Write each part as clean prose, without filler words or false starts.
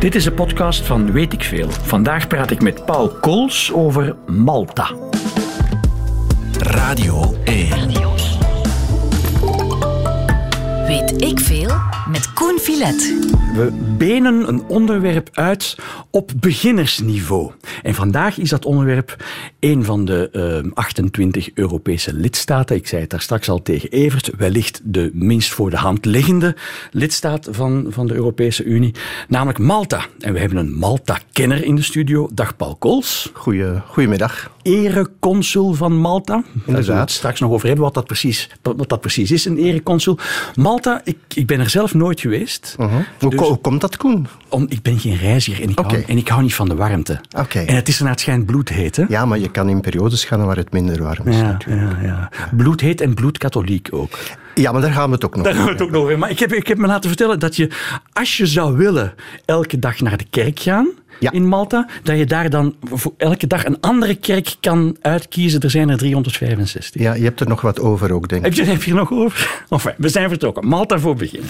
Dit is een podcast van Weet ik Veel. Vandaag praat ik met Paul Cols over Malta. Radio 1. Weet ik Veel met Koen Filet. We benen een onderwerp uit op beginnersniveau. En vandaag is dat onderwerp een van de 28 Europese lidstaten. Ik zei het daar straks al tegen Evert. Wellicht de minst voor de hand liggende lidstaat van de Europese Unie. Namelijk Malta. En we hebben een Malta-kenner in de studio. Dag Paul Cols. Goedemiddag. Ereconsul van Malta. Daar zullen we het straks nog over hebben wat dat precies is, een ereconsul. Malta, ik ben er zelf nooit geweest. Hoe komt dat, Koen? Ik ben geen reiziger en ik hou niet van de warmte. Okay. En het is er naar het schijnt bloedheet. Hè? Ja, maar je kan in periodes gaan waar het minder warm is. Ja. Bloedheet en bloedkatholiek ook. Ja, maar daar gaan we het ook nog over. Maar ik heb me laten vertellen dat je, als je zou willen, elke dag naar de kerk gaan in Malta, dat je daar dan voor elke dag een andere kerk kan uitkiezen. Er zijn er 365. Ja, je hebt er nog wat over ook, denk ik. Heb je er nog over? Enfin, we zijn vertrokken. Malta voor begin.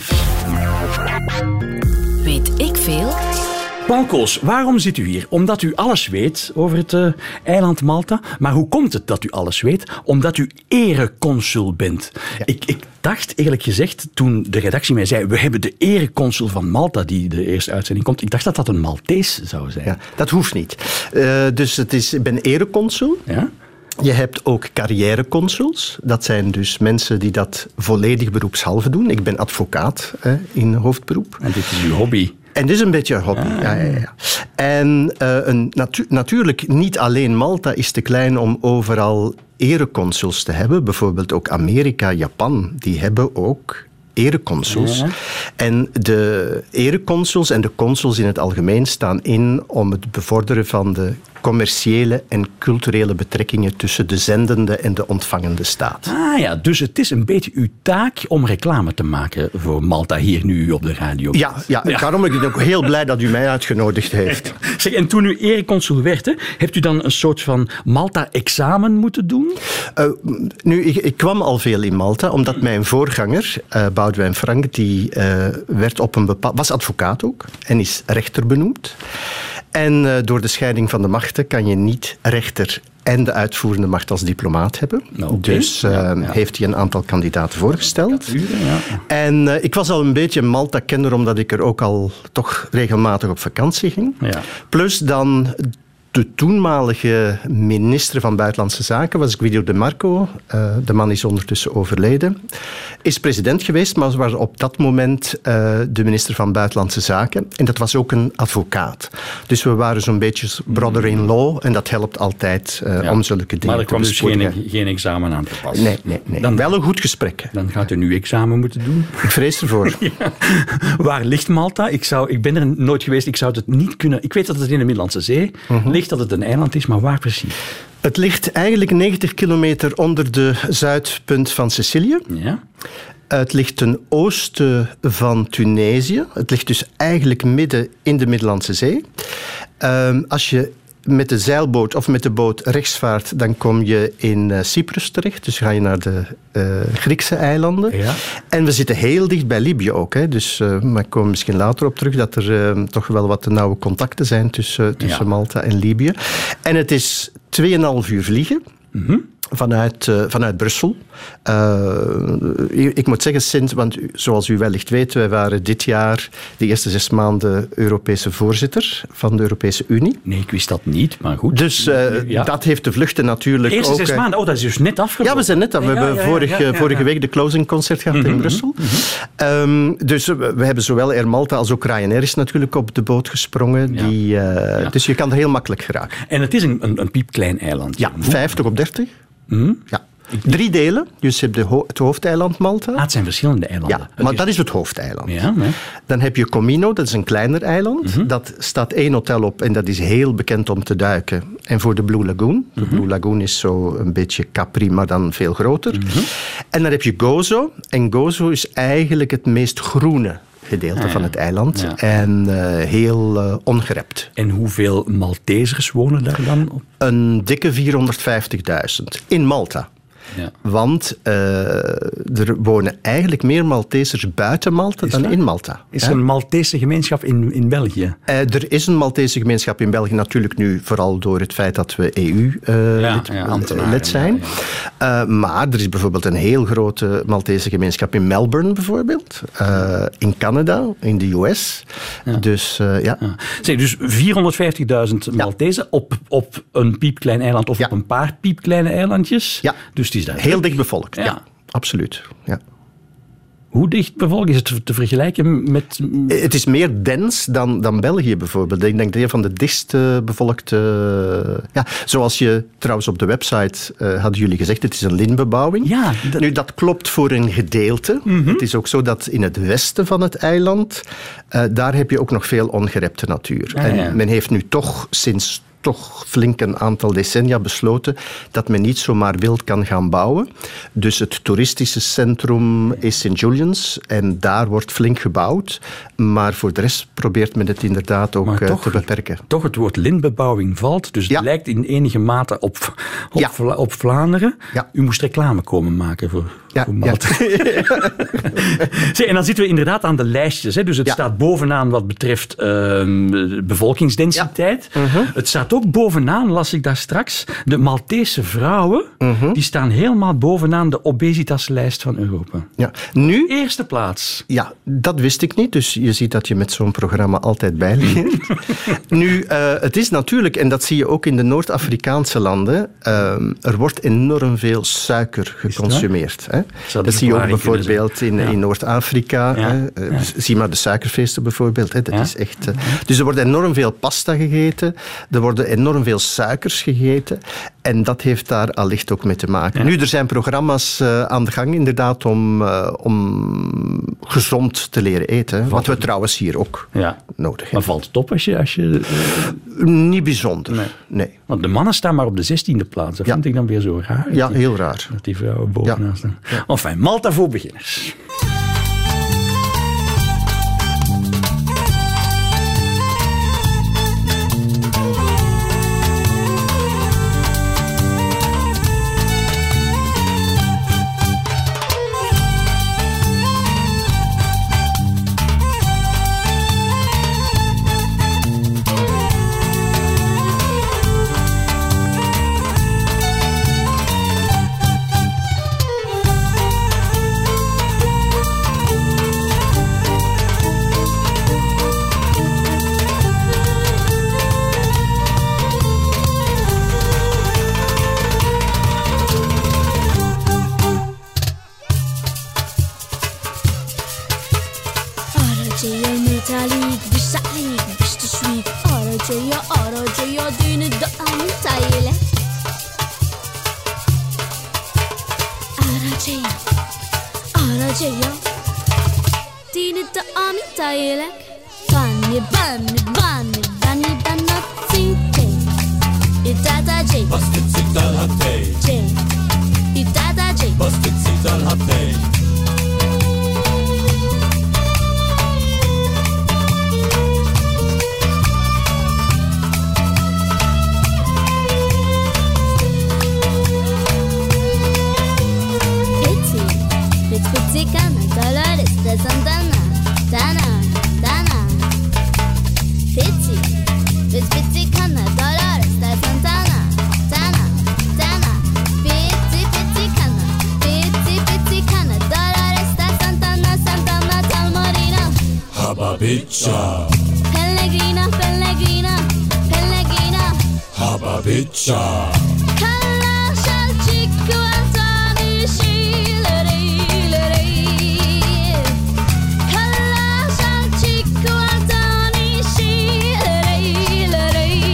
Weet ik veel? Paul Cols, waarom zit u hier? Omdat u alles weet over het eiland Malta. Maar hoe komt het dat u alles weet? Omdat u ereconsul bent. Ja. Ik dacht eerlijk gezegd, toen de redactie mij zei, we hebben de ereconsul van Malta die de eerste uitzending komt, ik dacht dat dat een Maltees zou zijn. Ja, dat hoeft niet. Dus ik ben ereconsul. Ja? Je hebt ook carrièreconsuls. Dat zijn dus mensen die dat volledig beroepshalve doen. Ik ben advocaat in hoofdberoep. En dit is uw hobby. En dit is een beetje een hobby. Ja. En natuurlijk, niet alleen Malta is te klein om overal ereconsuls te hebben. Bijvoorbeeld ook Amerika, Japan, die hebben ook ereconsuls. Ja. En de ereconsuls en de consuls in het algemeen staan in om het bevorderen van de commerciële en culturele betrekkingen tussen de zendende en de ontvangende staat. Ah ja, dus het is een beetje uw taak om reclame te maken voor Malta hier nu op de radio. Ja. Daarom ben ik ook heel blij dat u mij uitgenodigd heeft. Zeg, en toen u ereconsul werd, hebt u dan een soort van Malta-examen moeten doen? Ik kwam al veel in Malta, omdat mijn voorganger, Boudewijn Frank, die was advocaat ook en is rechter benoemd. En door de scheiding van de machten kan je niet rechter en de uitvoerende macht als diplomaat hebben. Okay. Dus heeft hij een aantal kandidaten voorgesteld. En ik was al een beetje Malta-kenner, omdat ik er ook al toch regelmatig op vakantie ging. Ja. Plus dan de toenmalige minister van Buitenlandse Zaken was Guido de Marco. De man is ondertussen overleden. Is president geweest, maar was op dat moment de minister van Buitenlandse Zaken. En dat was ook een advocaat. Dus we waren zo'n beetje brother-in-law. En dat helpt altijd om zulke dingen maar er kwam dus geen examen aan te passen. Nee. Dan wel een goed gesprek. Dan gaat u nu examen moeten doen. Ik vrees ervoor. Ja. Waar ligt Malta? Ik ben er nooit geweest. Ik zou het niet kunnen. Ik weet dat het in de Middellandse Zee ligt, dat het een eiland is, maar waar precies? Het ligt eigenlijk 90 kilometer onder de zuidpunt van Sicilië. Ja. Het ligt ten oosten van Tunesië. Het ligt dus eigenlijk midden in de Middellandse Zee. Als je met de zeilboot of met de boot rechts vaart, dan kom je in Cyprus terecht. Dus ga je naar de Griekse eilanden. Ja. En we zitten heel dicht bij Libië ook. Hè. Dus maar ik kom misschien later op terug dat er toch wel wat nauwe contacten zijn tussen Malta en Libië. En het is 2,5 uur vliegen. Mm-hmm. Vanuit Brussel. Ik moet zeggen, want zoals u wellicht weet, wij waren dit jaar de eerste 6 maanden Europese voorzitter van de Europese Unie. Nee, ik wist dat niet, maar goed. Dus dat heeft de vluchten natuurlijk eerste ook... Eerste 6 maanden? Dat is dus net afgelopen. Ja, we zijn net af. We hebben vorige week de closingconcert gehad in Brussel. Dus we hebben zowel Air Malta als ook Ryanair is natuurlijk op de boot gesprongen. Dus je kan er heel makkelijk geraken. En het is een piepklein eiland. Ja, 50 op 30. Ja. 3 delen. Dus je hebt het hoofdeiland Malta. Het zijn verschillende eilanden. Ja, maar dat is het hoofdeiland. Ja, nee. Dan heb je Comino, dat is een kleiner eiland. Mm-hmm. Dat staat 1 hotel op en dat is heel bekend om te duiken. En voor de Blue Lagoon. De Blue Lagoon is zo een beetje Capri, maar dan veel groter. Mm-hmm. En dan heb je Gozo. En Gozo is eigenlijk het meest groene gedeelte van het eiland. Ja. En heel ongerept. En hoeveel Maltesers wonen daar dan op? Een dikke 450.000 in Malta. Ja. Want er wonen eigenlijk meer Maltesers buiten Malta dan in Malta. Is er een Maltese gemeenschap in België? Er is een Maltese gemeenschap in België, natuurlijk nu vooral door het feit dat we EU-lid zijn. Maar er is bijvoorbeeld een heel grote Maltese gemeenschap in Melbourne bijvoorbeeld. In Canada, in de US. Ja. Dus Zeg, dus 450.000 Maltezen op een piepklein eiland of op een paar piepkleine eilandjes. Ja. Dus het is daar heel dicht bevolkt. Ja, absoluut. Ja. Hoe dicht bevolkt is het te vergelijken met... Het is meer dens dan België bijvoorbeeld. Ik denk dat een van de dichtst bevolkte... zoals je trouwens op de website hadden jullie gezegd, het is een lintbebouwing. Ja, Nu, dat klopt voor een gedeelte. Mm-hmm. Het is ook zo dat in het westen van het eiland, daar heb je ook nog veel ongerepte natuur. En men heeft nu toch sinds flink een aantal decennia besloten dat men niet zomaar wild kan gaan bouwen. Dus het toeristische centrum is St. Julian's en daar wordt flink gebouwd. Maar voor de rest probeert men het inderdaad ook te beperken. Toch het woord lintbebouwing valt, dus het lijkt in enige mate op Vlaanderen. Ja. U moest reclame komen maken voor Malta. En dan zitten we inderdaad aan de lijstjes. Hè? Dus het staat bovenaan wat betreft bevolkingsdensiteit. Ja. Uh-huh. Het staat ook bovenaan, las ik daar straks, de Maltese vrouwen, die staan helemaal bovenaan de obesitaslijst van Europa. Ja. Nu, eerste plaats. Ja, dat wist ik niet. Dus je ziet dat je met zo'n programma altijd bijleert. Nu, het is natuurlijk, en dat zie je ook in de Noord-Afrikaanse landen, er wordt enorm veel suiker geconsumeerd. Hè? Dat zie je ook bijvoorbeeld in Noord-Afrika. Ja. Zie maar de suikerfeesten bijvoorbeeld. Hè? Dat is echt, dus er wordt enorm veel pasta gegeten. Er worden enorm veel suikers gegeten. En dat heeft daar allicht ook mee te maken. Ja. Nu, er zijn programma's aan de gang inderdaad om gezond te leren eten. Wat we trouwens hier ook nodig hebben. Maar valt het op als je... Niet bijzonder, nee. Want de mannen staan maar op de 16e plaats. Dat vind ik dan weer zo raar. Ja, heel raar. Dat die vrouwen bovenaan staan. Ja. Enfin, Malta voor beginners. Pellegrina, Pellegrina, Pellegrina, Hababiccia. Kalla shalchiku antani shilerei. Kalla shalchiku antani shilerei.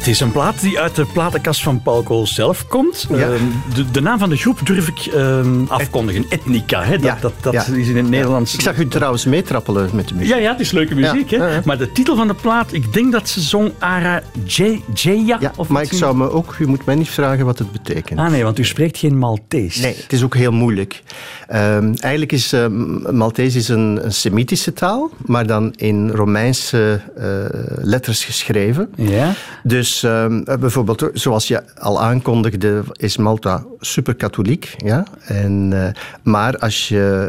Het is een plaat die uit de platenkast van Paul Coll zelf komt. Ja. De naam van de groep durf ik afkondigen. Etnica, hè? Dat is in het Nederlands. Ik zag u trouwens meetrappelen met de muziek. Ja, het is leuke muziek. Ja, Hè? ja. Maar de titel van de plaat, ik denk dat ze zong Ara Jaya. Ja, of maar iets ik zou me ook... U moet mij niet vragen wat het betekent. Ah nee, want u spreekt geen Maltees. Nee, het is ook heel moeilijk. Eigenlijk is Maltees is een Semitische taal, maar dan in Romeinse letters geschreven. Ja? Dus bijvoorbeeld, zoals je al aankondigde, is Malta superkatholiek. Ja? Maar als je...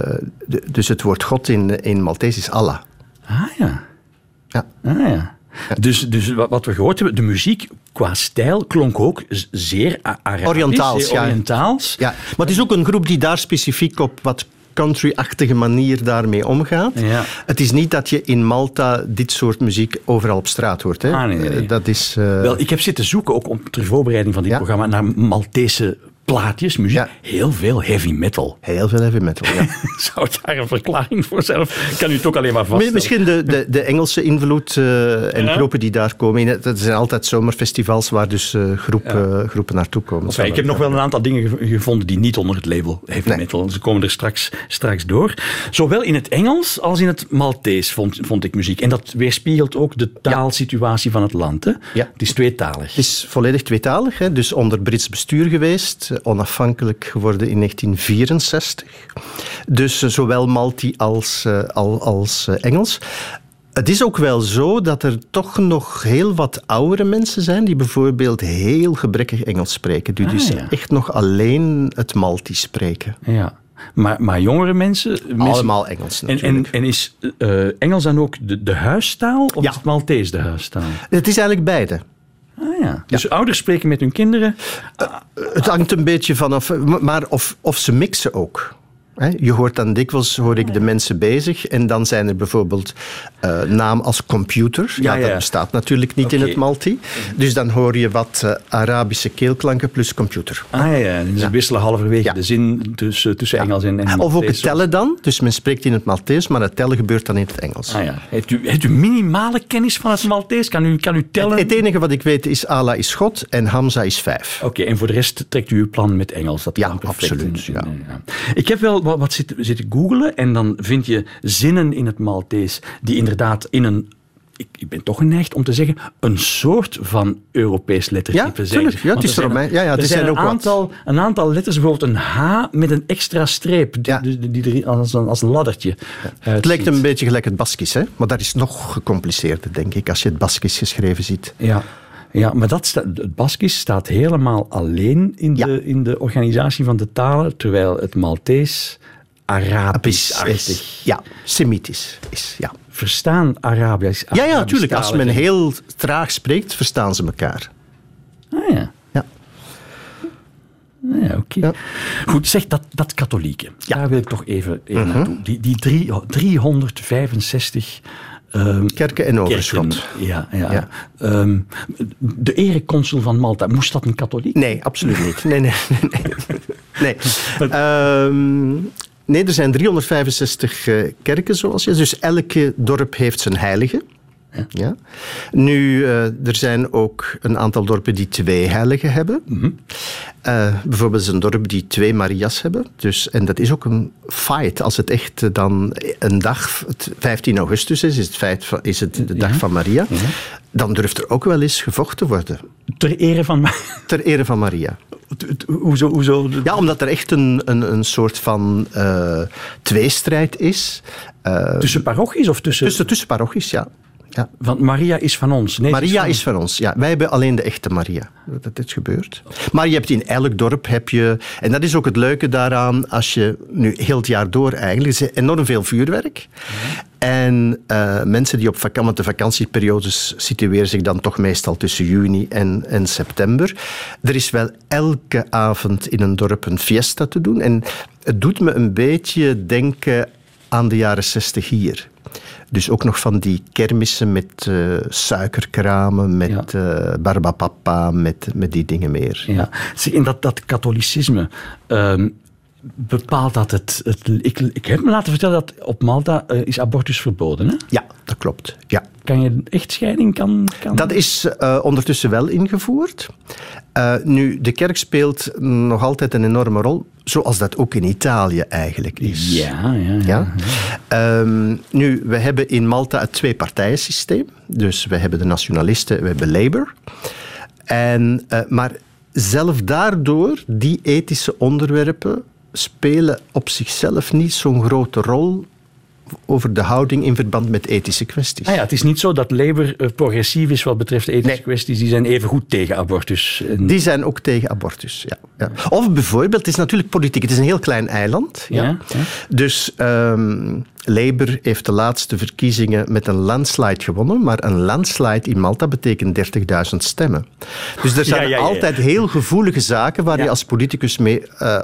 dus het woord God in Maltees is Allah. Ah ja. Ja. Ah ja. Dus wat we gehoord hebben, de muziek qua stijl klonk ook zeer Arabisch. Oriëntaals, zeer oriëntaals. Ja. Maar het is ook een groep die daar specifiek op wat country-achtige manier daarmee omgaat. Ja. Het is niet dat je in Malta dit soort muziek overal op straat hoort. Hè? Ah, nee. Dat is... Wel, ik heb zitten zoeken, ook ter voorbereiding van dit programma, naar Maltese plaatjes, muziek. Ja. Heel veel heavy metal. Heel veel heavy metal, ja. Zou ik daar een verklaring voor zelf? Kan u het ook alleen maar vaststellen? Misschien de Engelse invloed en groepen die daar komen. Dat zijn altijd zomerfestivals waar dus groepen naartoe komen. Enfin, ik heb nog wel een aantal dingen gevonden die niet onder het label heavy metal. Ze komen er straks door. Zowel in het Engels als in het Maltees vond ik muziek. En dat weerspiegelt ook de taalsituatie van het land. Hè? Ja. Het is tweetalig. Het is volledig tweetalig. Hè? Dus onder Brits bestuur geweest. Onafhankelijk geworden in 1964. Dus zowel Malti als Engels. Het is ook wel zo dat er toch nog heel wat oudere mensen zijn die bijvoorbeeld heel gebrekkig Engels spreken. Die dus echt nog alleen het Malti spreken. Ja. Maar jongere mensen... Allemaal Engels natuurlijk. En is Engels dan ook de huistaal of is het Maltees de huistaal? Het is eigenlijk beide. Ah ja. Dus ouders spreken met hun kinderen? Het hangt een beetje vanaf, maar of ze mixen ook. Je hoort dan dikwijls, hoor ik de mensen bezig en dan zijn er bijvoorbeeld naam als computer. Ja, dat bestaat natuurlijk niet in het Malti. Dus dan hoor je wat Arabische keelklanken plus computer. Ah ja, en ze wisselen halverwege de zin tussen Engels en Maltees. Of ook het tellen dan. Dus men spreekt in het Maltees, maar het tellen gebeurt dan in het Engels. Ah ja. Heeft u minimale kennis van het Maltees? Kan u tellen? Het enige wat ik weet is Allah is God en Hamza is 5. Oké, en voor de rest trekt u uw plan met Engels? Dat ja, absoluut. Ja. Ik heb wel wat zitten googelen en dan vind je zinnen in het Maltees die inderdaad in een... Ik ben toch geneigd om te zeggen, een soort van Europees lettertype zijn. Ja, het is Romein. Er zijn ook een aantal letters, bijvoorbeeld een H met een extra streep, die er als een laddertje Het lijkt een beetje gelijk het Baskisch, hè? Maar dat is nog gecompliceerder, denk ik, als je het Baskisch geschreven ziet. Ja, maar het Baskisch staat helemaal alleen in de organisatie van de talen, terwijl het Maltees Arabisch-achtig. Ja, Semitisch is, ja. Verstaan Arabisch? Ja, natuurlijk. Als men heel traag spreekt, verstaan ze elkaar. Ah ja. Ja, oké. Ja. Goed, zeg dat katholieke. Ja. Daar wil ik toch even naartoe. Die 365... kerken en overschot. Ja. De ereconsul van Malta, moest dat een katholiek? Nee, absoluut niet. Nee. Nee, er zijn 365 kerken, zoals je. Dus elke dorp heeft zijn heilige. Ja. Nu, er zijn ook een aantal dorpen die 2 heiligen hebben. Mm-hmm. Bijvoorbeeld is een dorp die 2 Maria's hebben. Dus, en dat is ook een feit. Als het echt dan een dag, 15 augustus is het de dag van Maria, dan durft er ook wel eens gevochten worden. Ter ere van Maria. Hoezo? Ja, omdat er echt een soort van tweestrijd is. Tussen parochies of tussen... Tussen parochies, ja. Ja. Want Maria is van ons. Nee, Maria is van ons, ja. Wij hebben alleen de echte Maria. Dat is gebeurd. Maar je hebt in elk dorp, en dat is ook het leuke daaraan, als je nu heel het jaar door eigenlijk, is enorm veel vuurwerk. En mensen die want de vakantieperiodes situeren zich dan toch meestal tussen juni en september. Er is wel elke avond in een dorp een fiesta te doen. En het doet me een beetje denken aan de jaren 60 hier. Dus ook nog van die kermissen met suikerkramen, met barbapapa, met die dingen meer. Ja. In dat katholicisme bepaalt dat het... Ik heb me laten vertellen dat op Malta is abortus verboden, hè? Ja, dat klopt. Ja. Kan je echtscheiding? Kan... Dat is ondertussen wel ingevoerd. Nu, de kerk speelt nog altijd een enorme rol, zoals dat ook in Italië eigenlijk is. Ja. Nu, we hebben in Malta het twee-partijen-systeem. Dus we hebben de nationalisten, we hebben Labour. Maar zelf daardoor, die ethische onderwerpen spelen op zichzelf niet zo'n grote rol over de houding in verband met ethische kwesties. Het is niet zo dat Labour progressief is wat betreft ethische kwesties. Die zijn even goed tegen abortus. Die zijn ook tegen abortus, ja. Of bijvoorbeeld, het is natuurlijk politiek. Het is een heel klein eiland. Ja. Dus Labour heeft de laatste verkiezingen met een landslide gewonnen, maar een landslide in Malta betekent 30.000 stemmen. Dus er zijn altijd heel gevoelige zaken waar je als politicus mee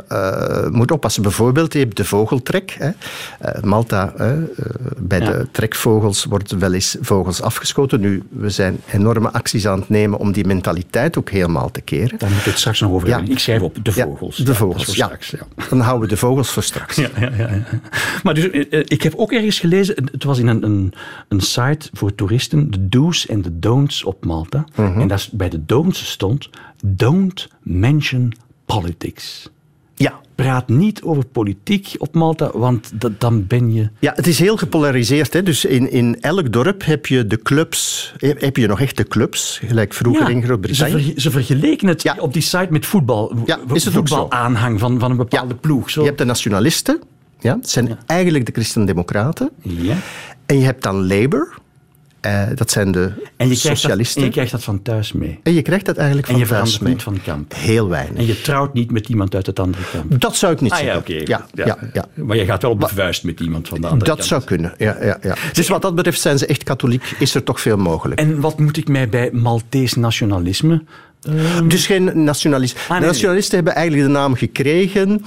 moet oppassen. Bijvoorbeeld, je hebt de vogeltrek. Malta, bij de trekvogels worden wel eens vogels afgeschoten. Nu, we zijn enorme acties aan het nemen om die mentaliteit ook helemaal te keren. Daar moet ik het straks nog over hebben. Ik schrijf op de vogels. De vogels, straks, Dan houden we de vogels voor straks. Ja. Maar dus, ik heb ook ergens gelezen, het was in een site voor toeristen, de do's en de don'ts op Malta. En bij de don'ts stond, don't mention politics. Ja. Praat niet over politiek op Malta, want dan ben je... Ja, het is heel gepolariseerd. Hè? Dus in elk dorp heb je de clubs, heb je nog echte clubs, gelijk vroeger in Groot-Brittannië. Ze vergeleken het op die site met voetbal. Is het voetbalaanhang van een bepaalde ploeg. Zo. Je hebt de nationalisten, dat zijn eigenlijk de christendemocraten. Ja. En je hebt dan Labour. Dat zijn de socialisten. En je krijgt dat van thuis mee. En je krijgt dat eigenlijk van thuis mee. En je verandert niet van kamp. Heel weinig. En je trouwt niet met iemand uit het andere kamp. Dat zou ik niet zeggen. Oké. Ja. Maar je gaat wel op de vuist met iemand van de andere kant. Dat zou kunnen, ja. Dus wat dat betreft zijn ze echt katholiek, is er toch veel mogelijk. En wat moet ik mij bij Maltees nationalisme... Dus geen nationalisten. De nationalisten hebben eigenlijk de naam gekregen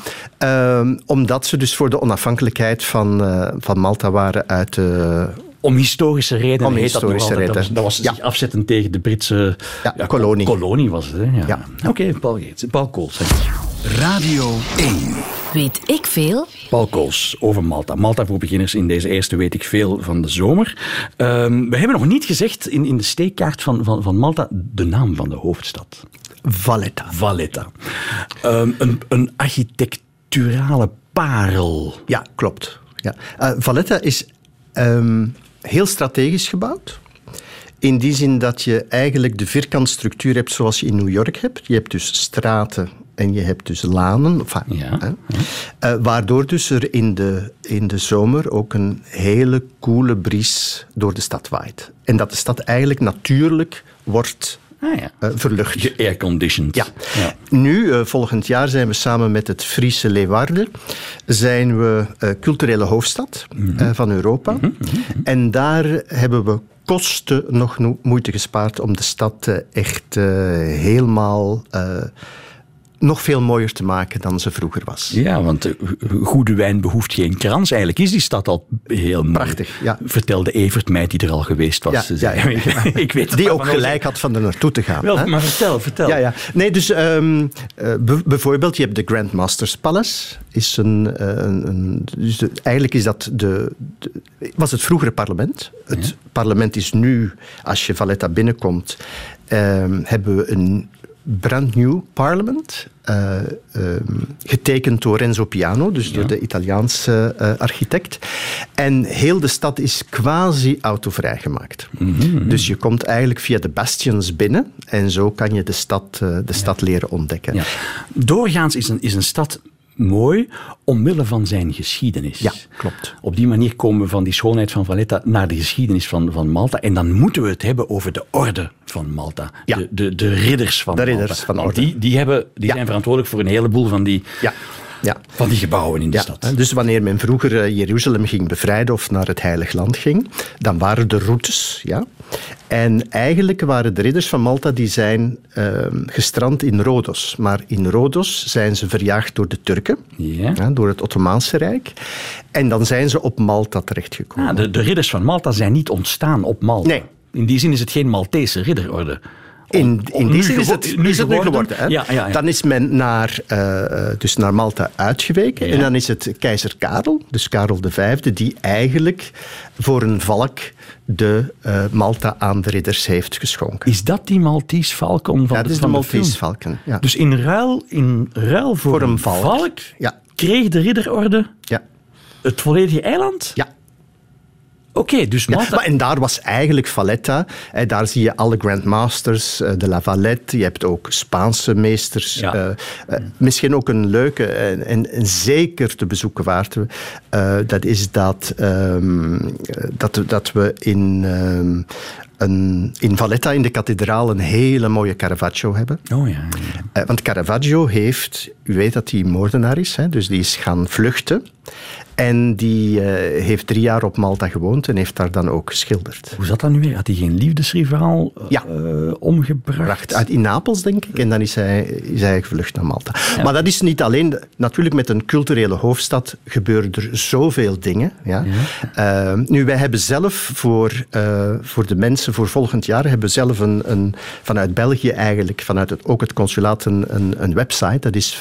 omdat ze dus voor de onafhankelijkheid van Malta waren uit... Om historische redenen. Om historische redenen. Dat was zich afzetten tegen de Britse kolonie. Kolonie was het, hè? Ja. Oké, Paul Geerts. Paul Kools. Radio 1. Weet ik veel? Paul Kools over Malta. Malta voor beginners in deze eerste weet ik veel van de zomer. We hebben nog niet gezegd in de steekkaart van Malta de naam van de hoofdstad. Valletta. Een architecturale parel. Ja, klopt. Ja. Valletta is... heel strategisch gebouwd. In die zin dat je eigenlijk de vierkantstructuur hebt zoals je in New York hebt. Je hebt dus straten en je hebt dus lanen. Waardoor dus er in de zomer ook een hele koele bries door de stad waait. En dat de stad eigenlijk natuurlijk wordt... verlucht. Geairconditioned. Ja. Nu, volgend jaar zijn we samen met het Friese Leeuwarden zijn we culturele hoofdstad van Europa. En daar hebben we kosten nog moeite gespaard om de stad echt helemaal... nog veel mooier te maken dan ze vroeger was. Ja, want goede wijn behoeft geen krans. Eigenlijk is die stad al heel prachtig. Ja. Vertelde Evert mij, die er al geweest was. Ik weet die ook gelijk had van er naartoe te gaan. Wel, maar vertel. Ja. Nee, dus bijvoorbeeld, je hebt de Grand Masters Palace. Is eigenlijk is dat was het vroegere parlement. Het parlement is nu, als je Valletta binnenkomt, hebben we een brand new parliament, getekend door Renzo Piano, dus door de Italiaanse architect. En heel de stad is quasi autovrij gemaakt. Dus je komt eigenlijk via de bastions binnen en zo kan je de stad leren ontdekken. Ja. Doorgaans is een stad mooi omwille van zijn geschiedenis. Ja, klopt. Op die manier komen we van die schoonheid van Valletta naar de geschiedenis van Malta. En dan moeten we het hebben over de orde van Malta. Ja. De ridders van Malta. Ridders van orde. Die zijn verantwoordelijk voor een heleboel van die... van die gebouwen in de stad. Dus wanneer men vroeger Jeruzalem ging bevrijden of naar het Heilig Land ging, dan waren de routes. Ja. En eigenlijk waren de ridders van Malta die zijn gestrand in Rhodos. Maar in Rhodos zijn ze verjaagd door de Turken, door het Ottomaanse Rijk. En dan zijn ze op Malta terechtgekomen. De ridders van Malta zijn niet ontstaan op Malta. Nee. In die zin is het geen Maltese ridderorde. In die zin is het nu geworden. Hè? Ja. Dan is men naar Malta uitgeweken. Ja. En dan is het keizer Karel, dus Karel V, die eigenlijk voor een valk de Malta aan de ridders heeft geschonken. Is dat die Maltese Falcon van dat is de Maltese Falcon. Ja. Dus in ruil voor een valk kreeg de ridderorde het volledige eiland? Ja. Oké, dus Malta... En daar was eigenlijk Valletta. Daar zie je alle Grandmasters, de La Valette. Je hebt ook Spaanse meesters. Ja. Misschien ook een leuke en zeker te bezoeken waard. Dat is dat we in Valletta, in de kathedraal, een hele mooie Caravaggio hebben. Oh ja. Want Caravaggio heeft... U weet dat hij moordenaar is, hè, dus die is gaan vluchten. En die heeft 3 jaar op Malta gewoond en heeft daar dan ook geschilderd. Hoe zat dat nu weer? Had hij geen liefdesrivaal omgebracht? In Napels, denk ik. En dan is hij gevlucht naar Malta. Ja. Maar dat is niet alleen... Natuurlijk, met een culturele hoofdstad gebeuren er zoveel dingen. Ja. Ja. Nu, wij hebben zelf voor de mensen, voor volgend jaar, hebben we zelf vanuit België eigenlijk, vanuit ook het consulaat, een website. Dat is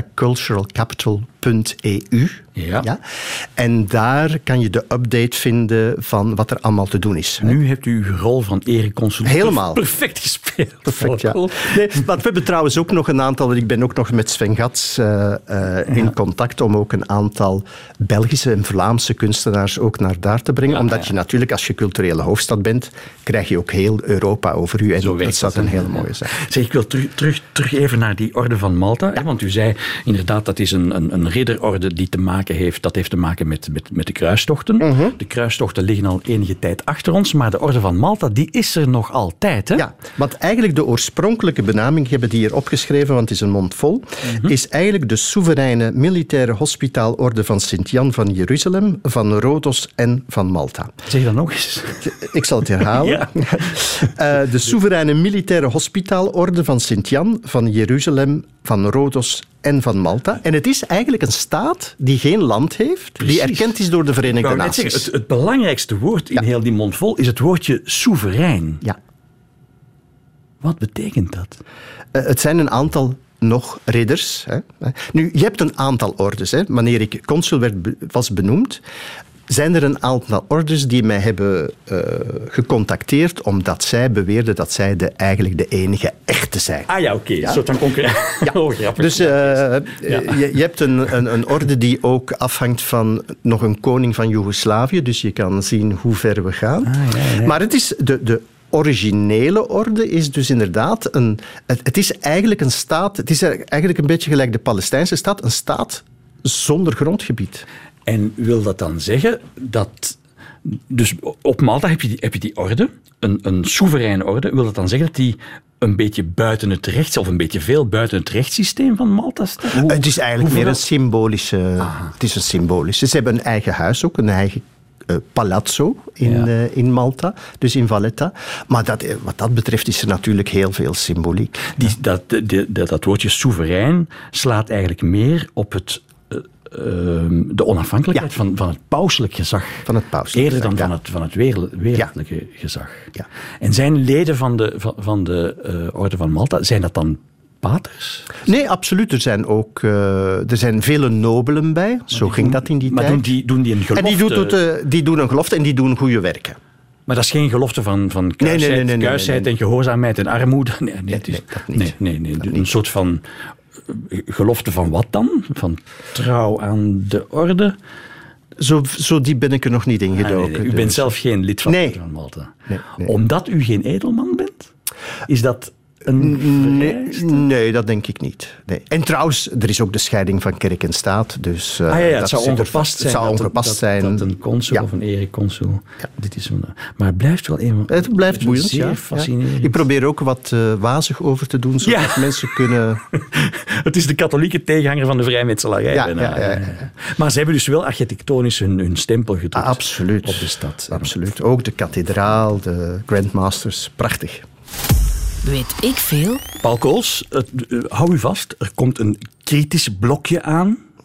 vallettaculturalcapital.eu. Ja. Ja. En daar kan je de update vinden van wat er allemaal te doen is. Nu hebt u uw rol van ereconsul helemaal perfect gespeeld. Perfect, ja. Nee, maar we hebben trouwens ook nog een aantal... Ik ben ook nog met Sven Gats in contact om ook een aantal Belgische en Vlaamse kunstenaars ook naar daar te brengen. Omdat je natuurlijk, als je culturele hoofdstad bent, krijg je ook heel Europa over u. En dat zou een hele mooie zijn. Zeg, ik wil terug even naar die orde van Malta. Ja. Want u zei inderdaad, dat is een ridderorde die heeft te maken met de kruistochten. Uh-huh. De kruistochten liggen al enige tijd achter ons, maar de orde van Malta, die is er nog altijd. Hè? Ja, want eigenlijk de oorspronkelijke benaming, ik heb het hier opgeschreven, want het is een mond vol, is eigenlijk de soevereine militaire hospitaalorde van Sint-Jan van Jeruzalem, van Rhodos en van Malta. Zeg dat nog eens. Ik zal het herhalen. Ja. De soevereine militaire hospitaalorde van Sint-Jan van Jeruzalem, van Rhodos en van Malta. En het is eigenlijk een staat die geen land heeft, die erkend is door de Verenigde Naties. Zeggen, het belangrijkste woord in heel die mond vol is het woordje soeverein. Ja. Wat betekent dat? Het zijn een aantal nog ridders. Hè. Nu, je hebt een aantal ordes. Hè. Wanneer ik consul was benoemd, zijn er een aantal ordes die mij hebben gecontacteerd omdat zij beweerden dat zij eigenlijk de enige echte zijn. Ah ja, oké. Een soort van concurrentie. Ja. Oh, grappig. Dus je hebt een orde die ook afhangt van nog een koning van Joegoslavië, dus je kan zien hoe ver we gaan. Ja. Maar het is de originele orde is dus inderdaad het is eigenlijk een staat, het is eigenlijk een beetje gelijk de Palestijnse staat, een staat zonder grondgebied. En wil dat dan zeggen dat... Dus op Malta heb je die orde, een soevereine orde. Wil dat dan zeggen dat die een beetje buiten het rechts, of een beetje veel buiten het rechtssysteem van Malta staat? Het is eigenlijk meer een symbolische... Het is een symbolische. Ze hebben een eigen huis ook, een eigen palazzo in Malta, dus in Valletta. Maar wat dat betreft is er natuurlijk heel veel symboliek. Dat woordje soeverein slaat eigenlijk meer op de onafhankelijkheid van het pauselijk gezag. Van het pauselijk eerder gezag, dan van het wereldlijke gezag. Ja. En zijn leden van de orde van Malta, zijn dat dan paters? Nee, absoluut. Er zijn vele nobelen bij. Zo ging dat in die tijd. Maar doen die een gelofte? En die doen een gelofte en die doen goede werken. Maar dat is geen gelofte van kuisheid en gehoorzaamheid en armoede? Nee. Een soort van gelofte van wat dan? Van trouw aan de orde? Zo diep ben ik er nog niet in gedoken. U bent zelf geen lid van de orde van Malta. Nee. Omdat u geen edelman bent? Is dat een Nee, dat denk ik niet. Nee. En trouwens, er is ook de scheiding van kerk en staat. Dus, het zou ongepast zijn. Dat een consul of een ereconsul. Ja. Dit is maar het blijft wel even. Het blijft boeiend. Zeer fascinerend. Ja. Ik probeer ook wat wazig over te doen, zodat mensen kunnen. Het is de katholieke tegenhanger van de vrijmetselarij. Ja. Maar ze hebben dus wel architectonisch hun stempel gedrukt. Absoluut. Op de stad. Absoluut. Ook de kathedraal, de Grandmasters. Prachtig. Weet ik veel? Paul Kools, hou u vast. Er komt een kritisch blokje aan.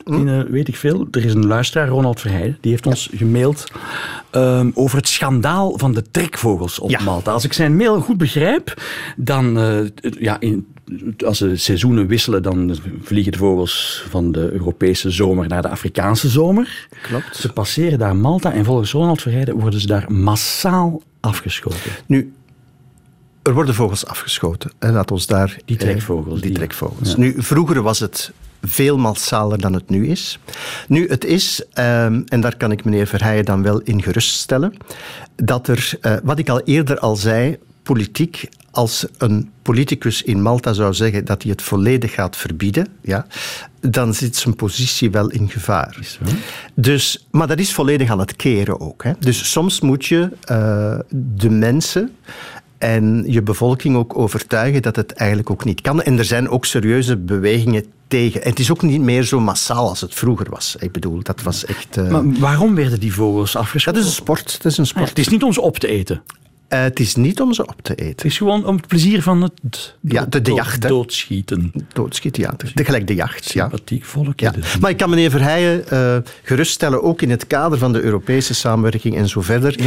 weet ik veel. Er is een luisteraar, Ronald Verheijden, die heeft ons gemaild over het schandaal van de trekvogels op Malta. Als ik zijn mail goed begrijp, dan als de seizoenen wisselen, dan vliegen de vogels van de Europese zomer naar de Afrikaanse zomer. Klopt. Ze passeren daar Malta en volgens Ronald Verheijden worden ze daar massaal afgeschoten. Nu, er worden vogels afgeschoten. Laat ons daar... Die trekvogels. Die trekvogels. Ja. Nu, vroeger was het veel massaler dan het nu is. Nu, het is, en daar kan ik meneer Verheijen dan wel in geruststellen, dat er, wat ik al eerder al zei, politiek, als een politicus in Malta zou zeggen dat hij het volledig gaat verbieden, dan zit zijn positie wel in gevaar. Dus, maar dat is volledig aan het keren ook. Hè. Dus soms moet je de mensen en je bevolking ook overtuigen dat het eigenlijk ook niet kan. En er zijn ook serieuze bewegingen tegen. En het is ook niet meer zo massaal als het vroeger was. Ik bedoel, dat was echt... Maar waarom werden die vogels afgeschoten? Dat is een sport. Het is niet om ze op te eten. Het is niet om ze op te eten. Het is gewoon om het plezier van het de jacht, doodschieten. Doodschieten, ja. Gelijk de jacht, ja. Sympathiek volk. Ja. Maar ik kan meneer Verheijen geruststellen, ook in het kader van de Europese samenwerking en zo verder,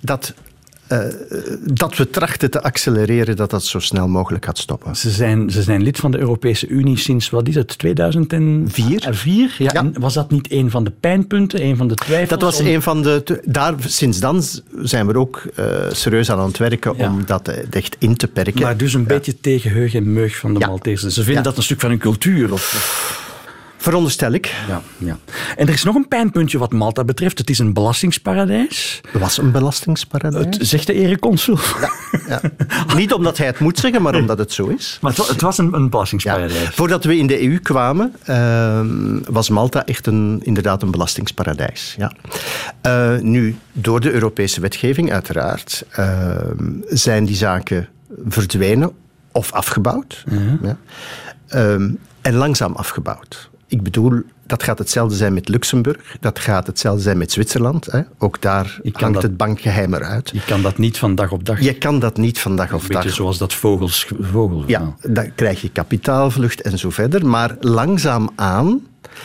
dat we trachten te accelereren dat dat zo snel mogelijk gaat stoppen. Ze zijn lid van de Europese Unie sinds, wat is het, 2004? Ja. En was dat niet een van de pijnpunten, een van de twijfels? Dat was een van de... Sinds dan zijn we ook serieus aan het werken om dat echt in te perken. Maar dus een beetje tegen heug en meug van de Maltesers. Ze vinden dat een stuk van hun cultuur. Veronderstel ik. Ja. En er is nog een pijnpuntje wat Malta betreft. Het is een belastingsparadijs. Was een belastingsparadijs? Het zegt de ereconsul. Ja. Niet omdat hij het moet zeggen, maar omdat het zo is. Maar het was een belastingsparadijs. Ja. Voordat we in de EU kwamen, was Malta echt inderdaad een belastingsparadijs. Ja. Nu, door de Europese wetgeving uiteraard, zijn die zaken verdwenen of afgebouwd. Ja. En langzaam afgebouwd. Ik bedoel, dat gaat hetzelfde zijn met Luxemburg. Dat gaat hetzelfde zijn met Zwitserland. Hè. Ook daar hangt het bankgeheim eruit. Je kan dat niet van dag op dag. Je kan dat niet van dag op dag. Een beetje zoals dat vogel. Ja, dan krijg je kapitaalvlucht en zo verder. Maar langzaamaan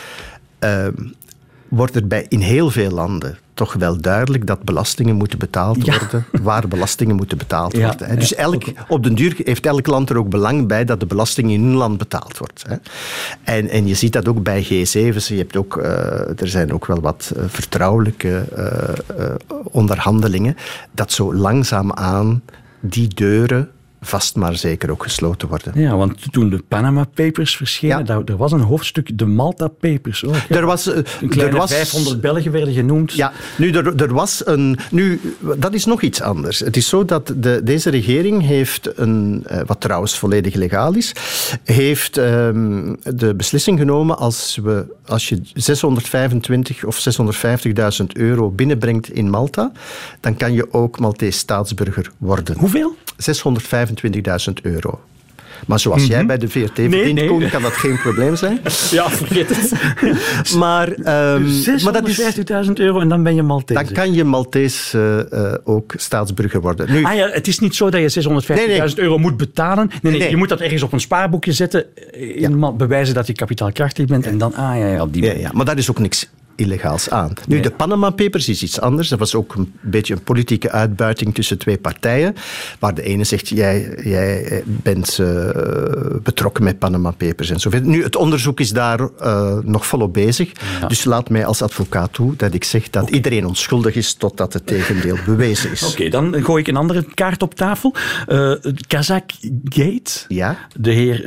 wordt er in heel veel landen toch wel duidelijk dat belastingen moeten betaald worden, waar belastingen moeten betaald worden. Hè. Dus op den duur heeft elk land er ook belang bij dat de belasting in hun land betaald wordt. Hè. En je ziet dat ook bij G7's. Je hebt ook, er zijn ook wel wat vertrouwelijke onderhandelingen, dat zo langzaamaan die deuren vast maar zeker ook gesloten worden. Ja, want toen de Panama Papers verschenen, er was een hoofdstuk, de Malta Papers. Ook, er was, een kleine 500 Belgen werden genoemd. Ja, nu, er was een... Nu, dat is nog iets anders. Het is zo dat deze regering heeft wat trouwens volledig legaal is, heeft de beslissing genomen als je 625 of 650.000 euro binnenbrengt in Malta, dan kan je ook Maltees staatsburger worden. Hoeveel? 625.000 euro. Maar zoals jij bij de VRT verdient, Koen, kan dat geen probleem zijn. Ja, vergeet het. Maar dat is 650.000 euro en dan ben je Maltees. Dan kan je Maltees ook staatsburger worden. Nu, het is niet zo dat je 650.000 euro moet betalen. Nee, je moet dat ergens op een spaarboekje zetten, bewijzen dat je kapitaalkrachtig bent en dan, op die manier. Maar daar is ook niks illegaals aan. Nu, de Panama Papers is iets anders. Dat was ook een beetje een politieke uitbuiting tussen twee partijen, waar de ene zegt, jij bent betrokken met Panama Papers en zo verder. Nu, het onderzoek is daar nog volop bezig. Ja. Dus laat mij als advocaat toe dat ik zeg dat iedereen onschuldig is totdat het tegendeel bewezen is. Oké, dan gooi ik een andere kaart op tafel. Kazakh Gate. Ja? De heer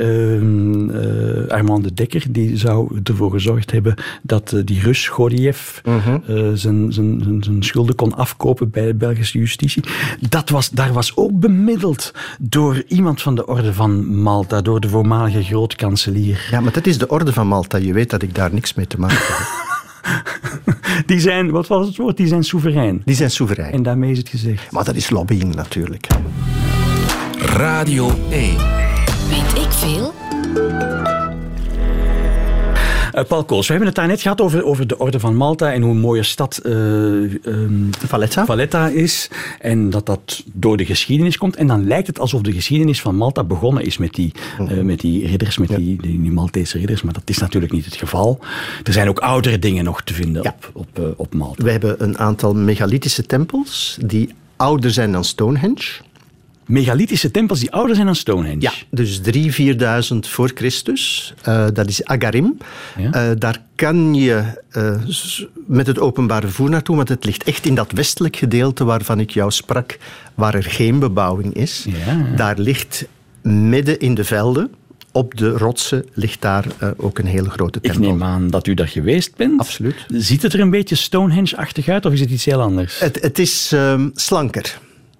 Armand de Dekker, die zou ervoor gezorgd hebben dat die Rus Goriev zijn schulden kon afkopen bij de Belgische justitie. Daar was ook bemiddeld door iemand van de Orde van Malta, door de voormalige grootkanselier. Ja, maar dat is de Orde van Malta. Je weet dat ik daar niks mee te maken heb. Die zijn, wat was het woord? Die zijn soeverein. Die zijn soeverein. En daarmee is het gezegd. Maar dat is lobbying natuurlijk. Radio 1. Weet ik veel? Paul Kools, we hebben het daarnet gehad over de Orde van Malta en hoe een mooie stad Valletta is. En dat door de geschiedenis komt. En dan lijkt het alsof de geschiedenis van Malta begonnen is met die ridders, met die Maltese ridders. Maar dat is natuurlijk niet het geval. Er zijn ook oudere dingen nog te vinden op Malta. We hebben een aantal megalithische tempels die ouder zijn dan Stonehenge. Megalithische tempels die ouder zijn dan Stonehenge? Ja, dus 3.000-4.000 voor Christus. Dat is Agarim. Ja. Daar kan je met het openbaar vervoer naartoe, want het ligt echt in dat westelijk gedeelte waarvan ik jou sprak, waar er geen bebouwing is. Ja. Daar ligt midden in de velden, op de rotsen, ligt daar ook een hele grote tempel. Ik neem aan dat u daar geweest bent. Absoluut. Ziet het er een beetje Stonehenge-achtig uit of is het iets heel anders? Het is slanker.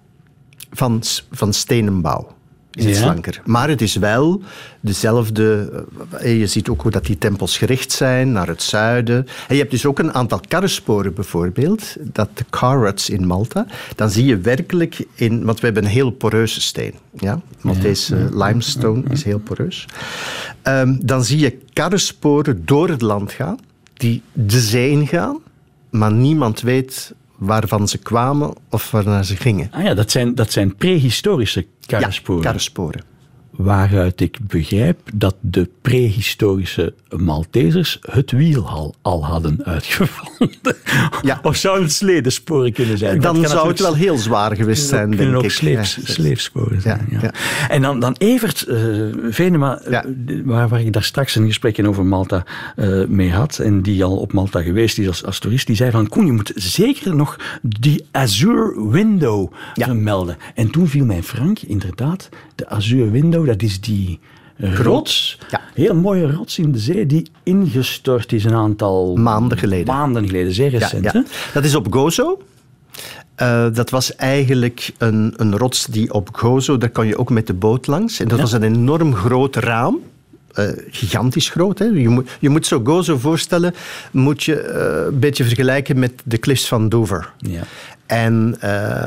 Van stenen bouw is het slanker. Maar het is wel dezelfde... Je ziet ook hoe dat die tempels gericht zijn naar het zuiden. En je hebt dus ook een aantal karrensporen bijvoorbeeld. Dat de Carruts in Malta. Dan zie je werkelijk in... Want we hebben een heel poreuze steen. Ja? Maltese limestone is heel poreus. Dan zie je karrensporen door het land gaan. Die de zee ingaan. Maar niemand weet waarvan ze kwamen of waarnaar ze gingen. Ah ja, dat zijn prehistorische karrensporen. Ja, karrensporen. Waaruit ik begrijp dat de prehistorische Maltesers het wiel al hadden uitgevonden. Ja. Of zou het sledesporen kunnen zijn? Dan zou het wel heel zwaar geweest zijn, denk ik. Kunnen ook sleepsporen zijn. Ja. En dan Evert Venema, waar ik daar straks een gesprekje over Malta mee had, en die al op Malta geweest is als toerist, die zei van, Koen, je moet zeker nog die Azure Window vermelden. En toen viel mij Frank, inderdaad, de Azure Window, dat is die rots, heel mooie rots in de zee, die ingestort is een aantal maanden geleden, zeer recent. Ja. Dat is op Gozo. Dat was eigenlijk een rots die op Gozo, daar kan je ook met de boot langs. En dat was een enorm groot raam. Gigantisch groot. Hè? Je moet zo Gozo voorstellen, moet je een beetje vergelijken met de cliffs van Dover. Ja. En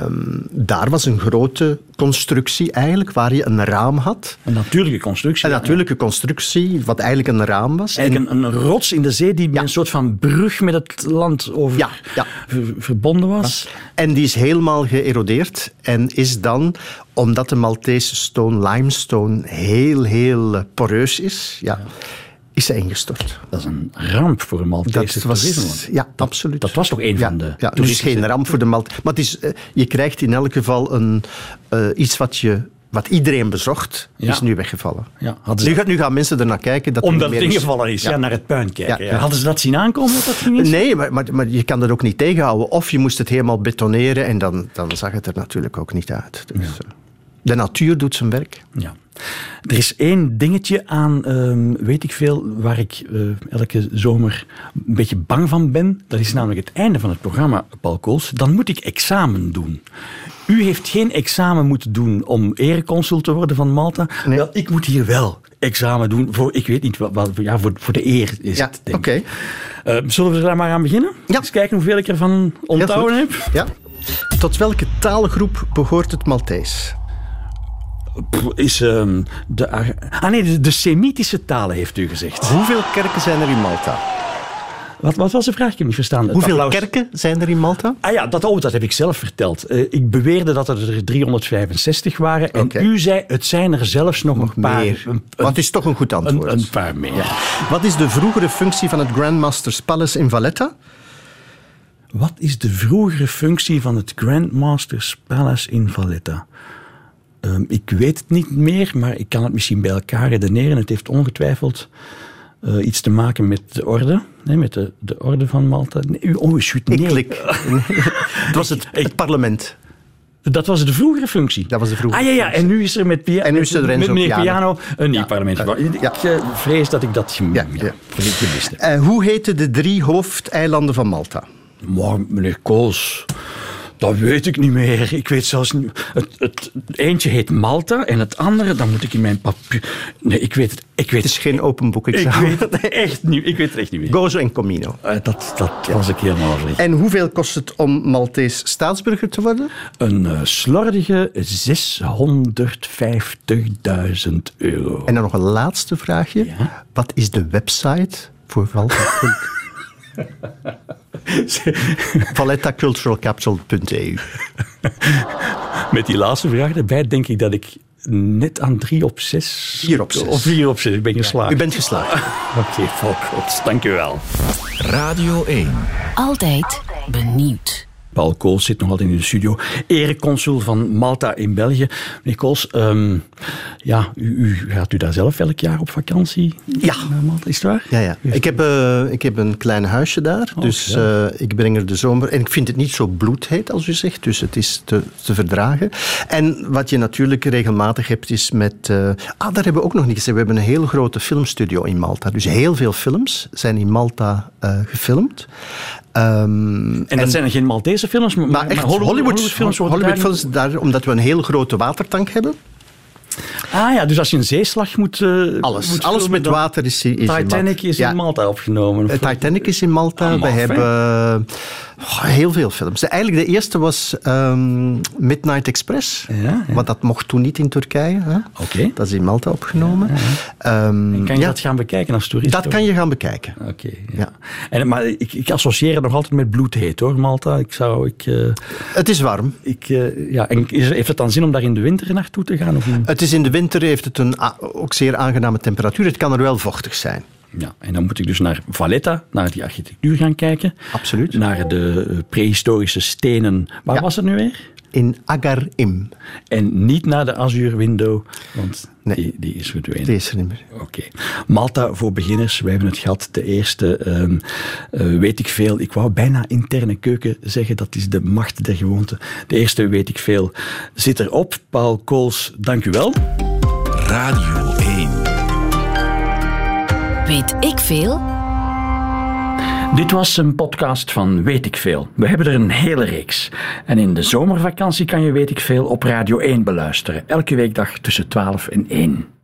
daar was een grote constructie eigenlijk, waar je een raam had. Een natuurlijke constructie. Een natuurlijke constructie, wat eigenlijk een raam was. Eigenlijk een rots in de zee die met een soort van brug met het land over verbonden was. Ja. En die is helemaal geërodeerd en is dan, omdat de Maltese stone, limestone, heel poreus is, is ze ingestort. Dat is een ramp voor een Maltese toerisme. Ja, absoluut. Dat was toch een van de... Ja, dus geen ramp voor de Maltese. Maar het is, je krijgt in elk geval iets wat iedereen bezocht, is nu weggevallen. Ja, nu gaan mensen ernaar kijken. Omdat het ingevallen is, naar het puin kijken. Ja. Hadden ze dat zien aankomen, dat ging is? Nee, maar je kan dat ook niet tegenhouden. Of je moest het helemaal betoneren en dan zag het er natuurlijk ook niet uit. Dus, de natuur doet zijn werk. Ja. Er is één dingetje aan, weet ik veel, waar ik elke zomer een beetje bang van ben. Dat is namelijk het einde van het programma, Paul Kools. Dan moet ik examen doen. U heeft geen examen moeten doen om ereconsul te worden van Malta. Nee. Wel, ik moet hier wel examen doen voor, ik weet niet, voor de eer is het, denk ik. Zullen we er daar maar aan beginnen? Ja. Eens kijken hoeveel ik ervan onthouden heb. Ja. Tot welke taalgroep behoort het Maltees? Is de Semitische talen, heeft u gezegd. Hoeveel kerken zijn er in Malta? Wat was de vraag? Ik heb niet verstaan. Hoeveel kerken zijn er in Malta? Dat heb ik zelf verteld. Ik beweerde dat er 365 waren. En u zei, het zijn er zelfs nog een paar meer. Maar het is toch een goed antwoord. Een paar meer. Ja. Wat is de vroegere functie van het Grandmaster's Palace in Valletta? Wat is de vroegere functie van het Grandmaster's Palace in Valletta? Ik weet het niet meer, maar ik kan het misschien bij elkaar redeneren. Het heeft ongetwijfeld iets te maken met de orde. Nee, met de orde van Malta. Nee, shoot, nee. Ik klik. Het was het parlement. Dat was de vroegere functie. Dat was de vroegere functie. En nu is er met meneer Piano een nieuw parlement. Ik vrees dat ik dat gemist heb. Hoe heten de 3 hoofdeilanden van Malta? Maar meneer Kools, dat weet ik niet meer. Ik weet zelfs niet. Het eentje heet Malta en het andere, dan moet ik in mijn papier... Nee, ik weet het. Het is geen open boek examen. Ik weet het echt niet meer. Gozo en Comino. Dat was ik helemaal afleid. En hoeveel kost het om Maltees staatsburger te worden? Een slordige €650.000. En dan nog een laatste vraagje. Ja? Wat is de website Voor Valletta. VallettaCulturalCapital.eu. Met die laatste vraag erbij denk ik dat ik net aan 3 op 6... 4 op 6. Of 4 op 6, ik ben geslaagd. U bent geslaagd. Oké, Volkert, dank u wel. Radio 1. Altijd benieuwd. Paul Kools zit nog altijd in de studio. Ereconsul van Malta in België. Meneer Kools, u gaat u daar zelf elk jaar op vakantie? Ja. Naar Malta, is het waar? Ja. Ik heb een klein huisje daar, dus ik breng er de zomer... En ik vind het niet zo bloedheet, als u zegt, dus het is te verdragen. En wat je natuurlijk regelmatig hebt, is met... daar hebben we ook nog niet gezegd. We hebben een heel grote filmstudio in Malta. Dus heel veel films zijn in Malta gefilmd. En dat zijn geen Maltese films, maar echt Hollywood-films. Hollywood-films, omdat we een heel grote watertank hebben. Ah ja, dus als je een zeeslag moet... Alles met water is in Malta. Titanic is in Malta opgenomen. Titanic is in Malta. We hebben heel veel films. Eigenlijk de eerste was Midnight Express. Ja. Want dat mocht toen niet in Turkije. Oké. Dat is in Malta opgenomen. Kan je dat gaan bekijken als toerist? Dat kan je gaan bekijken. Oké. Maar ik associeer het nog altijd met bloedheet, hoor, Malta. Het is warm. En heeft het dan zin om daar in de winter naartoe te gaan? Het is in de winter, heeft het ook zeer aangename temperatuur. Het kan er wel vochtig zijn. Ja, en dan moet ik dus naar Valletta, naar die architectuur gaan kijken. Absoluut. Naar de prehistorische stenen. Waar was het nu weer? In Agarim. En niet naar de Azure Window, want die is verdwenen. Die is er niet meer. Oké. Malta voor beginners, wij hebben het gehad. De eerste, weet ik veel. Ik wou bijna interne keuken zeggen, dat is de macht der gewoonte. De eerste, weet ik veel, zit erop. Paul Kools, dank u wel. Radio 1. Weet ik veel? Dit was een podcast van Weet ik Veel. We hebben er een hele reeks. En in de zomervakantie kan je Weet ik Veel op Radio 1 beluisteren. Elke weekdag tussen 12 en 1.